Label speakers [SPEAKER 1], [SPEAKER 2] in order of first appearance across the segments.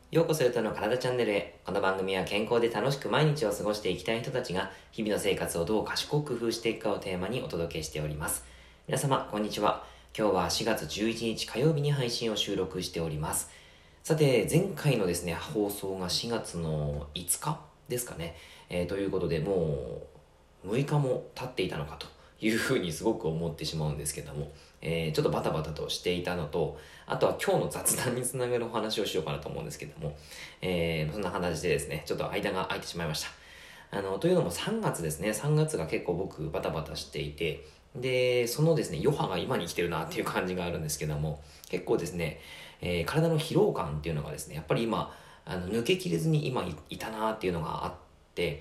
[SPEAKER 1] ようこそゆとの体チャンネルへ。この番組は健康で楽しく毎日を過ごしていきたい人たちが日々の生活をどう賢く工夫していくかをテーマにお届けしております。皆様こんにちは。今日は4月11日火曜日に配信を収録しております。さて前回のですね放送が4月の5日ですかね、ということでもう6日も経っていたのかというふうにすごく思ってしまうんですけども、ちょっとバタバタとしていたのと、あとは今日の雑談につながるお話をしようかなと思うんですけども、そんな話でですね、ちょっと間が空いてしまいました。というのも3月ですね、3月が結構僕バタバタしていて、で、そのですね、余波が今に来てるなっていう感じがあるんですけども、結構ですね、体の疲労感っていうのがですね、やっぱり今、抜けきれずに今いたなっていうのがあって、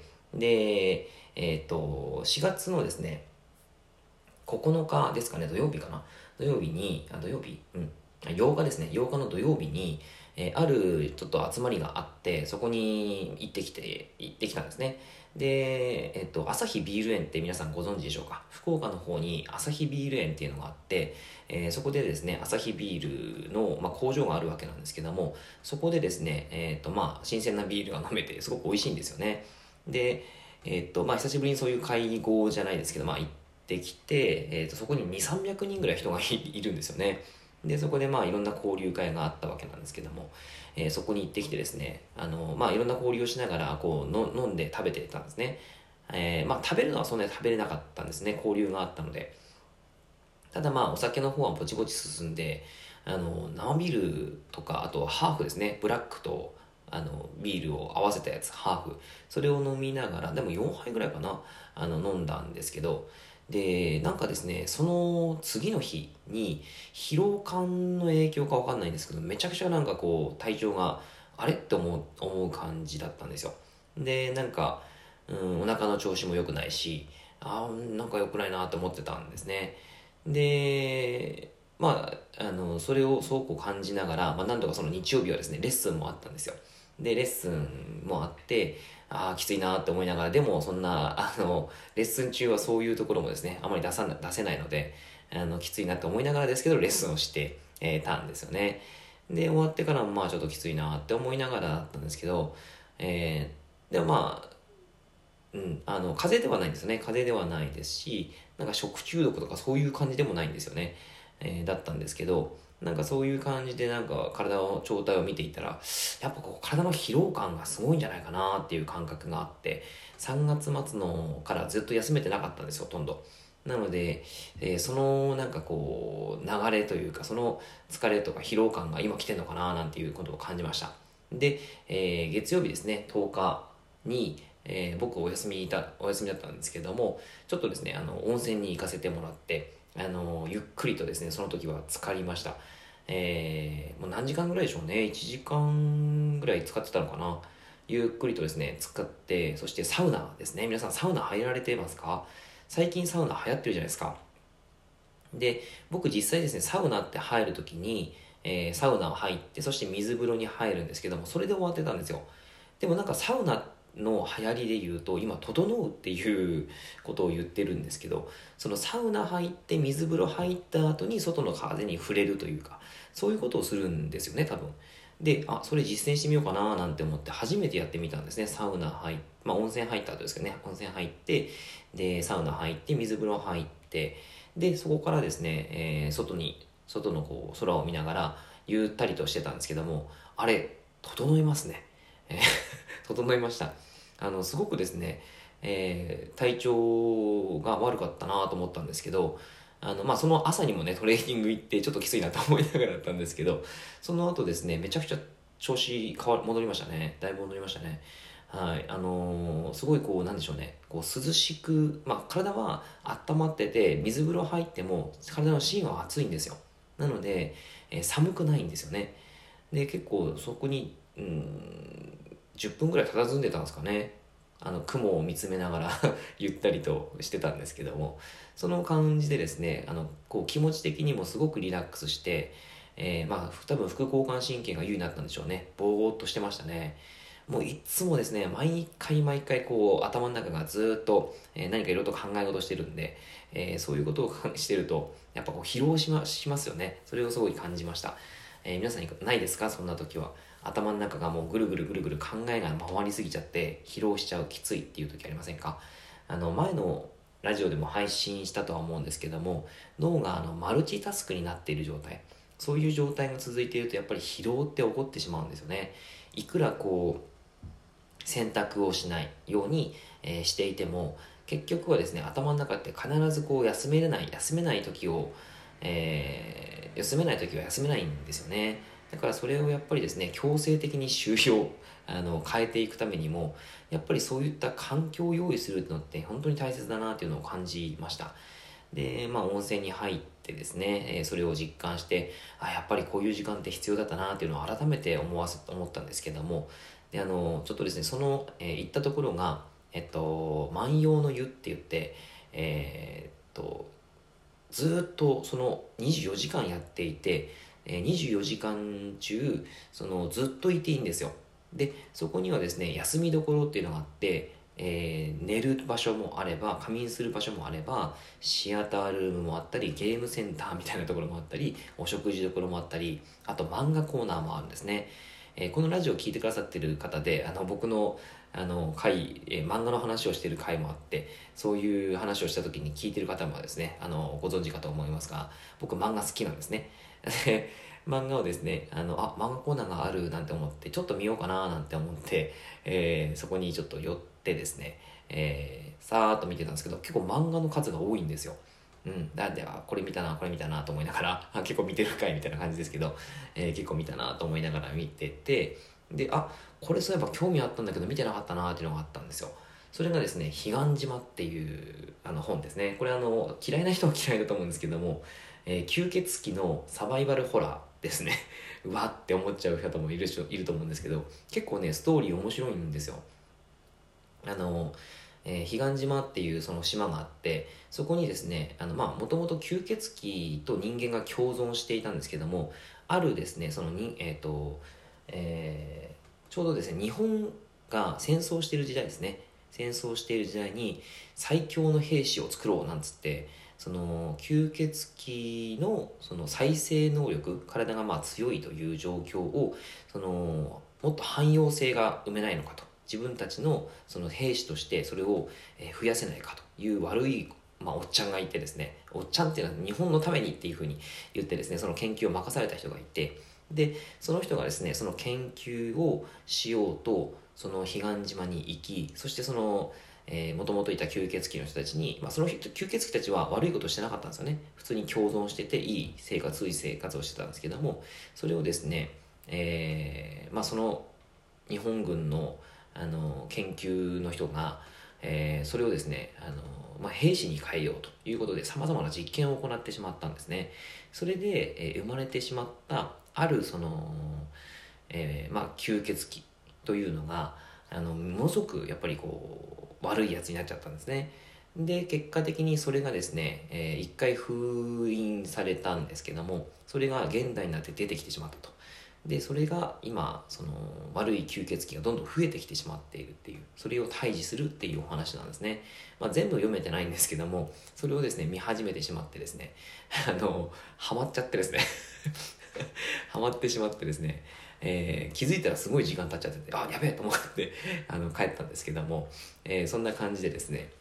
[SPEAKER 1] で、4月のですね、9日ですかね、土曜日かな。土曜日に、土曜日8日ですね、8日の土曜日に、あるちょっと集まりがあって、そこに行ってきたんですね。で、アサヒビール園って皆さんご存知でしょうか。福岡の方にアサヒビール園っていうのがあって、そこでですね、アサヒビールの、工場があるわけなんですけども、そこでですね、新鮮なビールが飲めてすごく美味しいんですよね。で、久しぶりにそういう会合じゃないですけど、行ってきて、そこに2、300人ぐらい人がいるんですよね。で、そこでいろんな交流会があったわけなんですけども、そこに行ってきてですね、いろんな交流をしながら、飲んで食べてたんですね。食べるのはそんなに食べれなかったんですね、交流があったので。ただお酒の方はぼちぼち進んで、生ビールとか、あとハーフですね、ブラックと、ビールを合わせたやつ、ハーフ。それを飲みながら、でも4杯ぐらいかな、飲んだんですけど、で、なんかですね、その次の日に、疲労感の影響かわかんないんですけど、めちゃくちゃ体調が、あれって思う感じだったんですよ。で、お腹の調子も良くないし、なんか良くないなと思ってたんですね。で、それをすごく感じながら、なんとかその日曜日はですね、レッスンもあったんですよ。で、レッスンもあって、きついなって思いながら、でもそんな、レッスン中はそういうところもですね、あまり出せないので、きついなって思いながらですけど、レッスンをして、たんですよね。で、終わってからもちょっときついなって思いながらだったんですけど、でも風邪ではないんですよね。風邪ではないですし、食中毒とかそういう感じでもないんですよね。だったんですけど、そういう感じで体の状態を見ていたら、やっぱ体の疲労感がすごいんじゃないかなっていう感覚があって、3月末のからずっと休めてなかったんですよ、ほとんど。なので、その流れというか、その疲れとか疲労感が今来てんのかななんていうことを感じました。で、月曜日ですね、10日に、僕お休みだったんですけども、ちょっとですね、温泉に行かせてもらって、ゆっくりとですね、その時は浸かりました。もう何時間ぐらいでしょうね。1時間ぐらい使ってたのかな。ゆっくりとですね、使って、そしてサウナですね。皆さんサウナ入られてますか？最近サウナ流行ってるじゃないですか。で、僕実際ですね、サウナって入るときに、サウナ入って、そして水風呂に入るんですけども、それで終わってたんですよ。でもサウナの流行りで言うと、今、整うっていうことを言ってるんですけど、そのサウナ入って、水風呂入った後に外の風に触れるというか、そういうことをするんですよね、多分。で、それ実践してみようかななんて思って初めてやってみたんですね。サウナ入って、温泉入った後ですけどね、温泉入って、で、サウナ入って、水風呂入って、で、そこからですね、外の空を見ながら、ゆったりとしてたんですけども、あれ、整いますね。整いました。すごくですね、体調が悪かったなと思ったんですけど、その朝にもね、トレーニング行ってちょっときついなと思いながらだったんですけど、その後ですね、めちゃくちゃ調子戻りましたね。だいぶ戻りましたね。はい。すごいなんでしょうね。涼しく、体は温まってて、水風呂入っても、体の芯は熱いんですよ。なので、寒くないんですよね。で、結構そこに、10分ぐらい佇んでたんですかね。雲を見つめながらゆったりとしてたんですけども、その感じでですね、気持ち的にもすごくリラックスして、多分副交感神経が優位になったんでしょうね。ぼーっとしてましたね。もういつもですね、毎回毎回頭の中がずっと、何かいろいろと考え事してるんで、そういうことをしてると、やっぱ疲労しますよね。それをすごい感じました。皆さんにないですかそんな時は。 頭の中がもうぐるぐるぐるぐる考えが回りすぎちゃって疲労しちゃう、きついっていう時ありませんか？前のラジオでも配信したとは思うんですけども、脳がマルチタスクになっている状態、そういう状態が続いているとやっぱり疲労って起こってしまうんですよね。いくらこう選択をしないように、していても結局はですね、頭の中って必ずこう休めない時を、休めない時は休めないんですよね。だからそれをやっぱりですね、強制的に終了変えていくためにもやっぱりそういった環境を用意するのって本当に大切だなっていうのを感じました。で、温泉に入ってですね、それを実感して、やっぱりこういう時間って必要だったなっていうのを改めて思ったんですけども、で、ちょっとですね、行ったところが、万葉の湯って言って、ずっとその24時間やっていて、24時間中、ずっといていいんですよ。で、そこにはですね、休みどころっていうのがあって、寝る場所もあれば、仮眠する場所もあれば、シアタールームもあったり、ゲームセンターみたいなところもあったり、お食事どころもあったり、あと漫画コーナーもあるんですね。このラジオを聞いてくださってる方で、僕の漫画の話をしている回もあって、そういう話をした時に聞いてる方もですね、ご存知かと思いますが、僕漫画好きなんですね。で、漫画をですね、漫画コーナーがあるなんて思って、ちょっと見ようかななんて思って、そこにちょっと寄ってですね、さーっと見てたんですけど、結構漫画の数が多いんですよ。なんで、これ見たなと思いながら、結構見てる回みたいな感じですけど、結構見たなと思いながら見てて、で、これそういえば興味あったんだけど見てなかったなっていうのがあったんですよ。それがですね、彼岸島っていう本ですね。これ嫌いな人は嫌いだと思うんですけども、吸血鬼のサバイバルホラーですね。うわって思っちゃう方もいると思うんですけど、結構ね、ストーリー面白いんですよ。彼岸島っていうその島があって、そこにですね、もともと吸血鬼と人間が共存していたんですけども、あるですね、ちょうどですね、日本が戦争している時代ですね。戦争している時代に最強の兵士を作ろうなんつって、その吸血鬼のその再生能力、体が強いという状況を、もっと汎用性が生めないのかと。自分たちのその兵士としてそれを増やせないかという悪い、おっちゃんがいてですね、おっちゃんっていうのは日本のためにっていうふうに言ってですね、その研究を任された人がいて、でその人がですね、その研究をしようとその彼岸島に行き、そしてもともといた吸血鬼の人たちに、その吸血鬼たちは悪いことしてなかったんですよね。普通に共存してていい生活をしてたんですけども、それをですね、その日本軍の研究の人が、それをですね、兵士に変えようということで様々な実験を行ってしまったんですね。それで、生まれてしまったある吸血鬼というのがものすごくやっぱりこう悪いやつになっちゃったんですね。で結果的にそれがですね、一回封印されたんですけども、それが現代になって出てきてしまったと。でそれが今その悪い吸血鬼がどんどん増えてきてしまっているっていう、それを退治するっていうお話なんですね。全部読めてないんですけども、それをですね見始めてしまってですね、ハマっちゃってですねハマってしまってですね、気づいたらすごい時間経っちゃってて、やべえと思って帰ったんですけども、そんな感じでですね、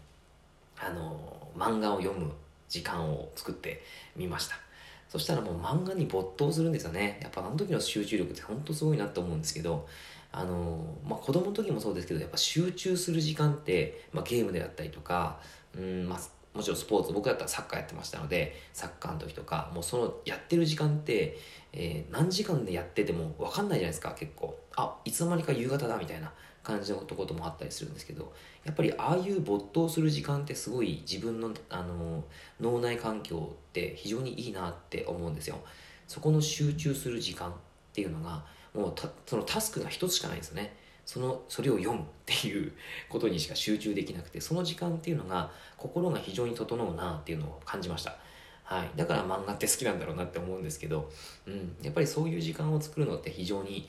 [SPEAKER 1] 漫画を読む時間を作ってみました。そしたらもう漫画に没頭するんですよね。やっぱあの時の集中力って本当すごいなと思うんですけど、子供の時もそうですけど、やっぱ集中する時間って、ゲームであったりとか、もちろんスポーツ、僕だったらサッカーやってましたので、サッカーの時とか、もうそのやってる時間って、何時間でやってても分かんないじゃないですか、結構。いつの間にか夕方だみたいな感じのこともあったりするんですけど、やっぱりああいう没頭する時間ってすごい自分の、脳内環境って非常にいいなって思うんですよ。そこの集中する時間っていうのが、もうそのタスクが一つしかないんですよね。それを読むっていうことにしか集中できなくて、その時間っていうのが心が非常に整うなっていうのを感じました。はい、だから漫画って好きなんだろうなって思うんですけど、やっぱりそういう時間を作るのって非常に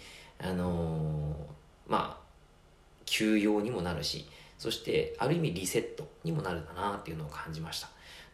[SPEAKER 1] 休養にもなるし、そしてある意味リセットにもなるかなっていうのを感じました。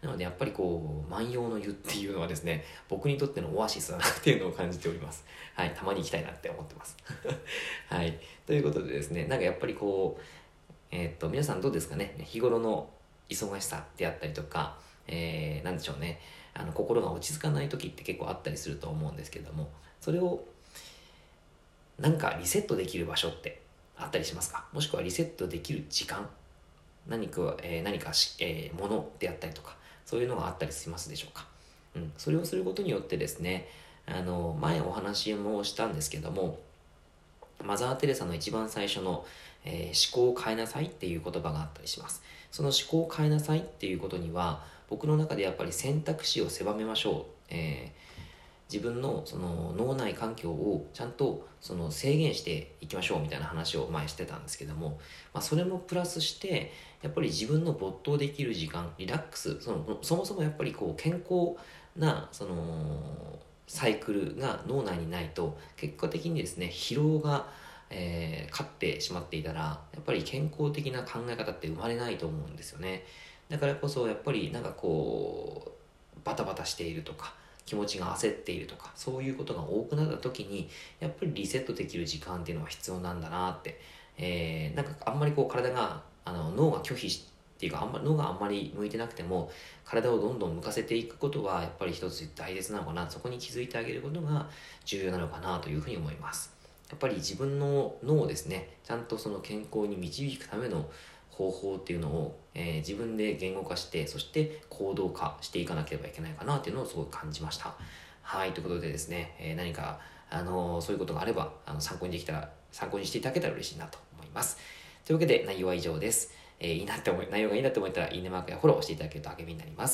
[SPEAKER 1] なのでやっぱり万葉の湯っていうのはですね、僕にとってのオアシスだなっていうのを感じております。はい、たまに行きたいなって思ってます。はい、ということでですね、やっぱり皆さんどうですかね、日頃の忙しさであったりとか、なんでしょうね、心が落ち着かない時って結構あったりすると思うんですけれども、それをリセットできる場所ってあったりしますか？もしくはリセットできる時間、何かものであったりとか、そういうのがあったりしますでしょうか？それをすることによってですね、前お話もしたんですけども、マザー・テレサの一番最初の、思考を変えなさいっていう言葉があったりします。その思考を変えなさいっていうことには、僕の中でやっぱり選択肢を狭めましょう。自分のその脳内環境をちゃんとその制限していきましょうみたいな話を前してたんですけども、それもプラスしてやっぱり自分の没頭できる時間、リラックス、そもそもやっぱり健康なサイクルが脳内にないと、結果的にですね疲労が、勝ってしまっていたら、やっぱり健康的な考え方って生まれないと思うんですよね。だからこそやっぱりバタバタしているとか、気持ちが焦っているとか、そういうことが多くなった時にやっぱりリセットできる時間っていうのは必要なんだなって、あんまり体が脳が拒否っていうか、脳があんまり向いてなくても体をどんどん向かせていくことはやっぱり一つ大切なのかな、そこに気づいてあげることが重要なのかなというふうに思います。やっぱり自分の脳をですね、ちゃんとその健康に導くための方法っていうのを、自分で言語化して、そして行動化していかなければいけないかなっていうのをすごく感じました。はい、ということでですね、何かそういうことがあれば参考にしていただけたら嬉しいなと思います。というわけで内容は以上です。内容がいいなと思ったらいいねマークやフォローしていただけると励みになります。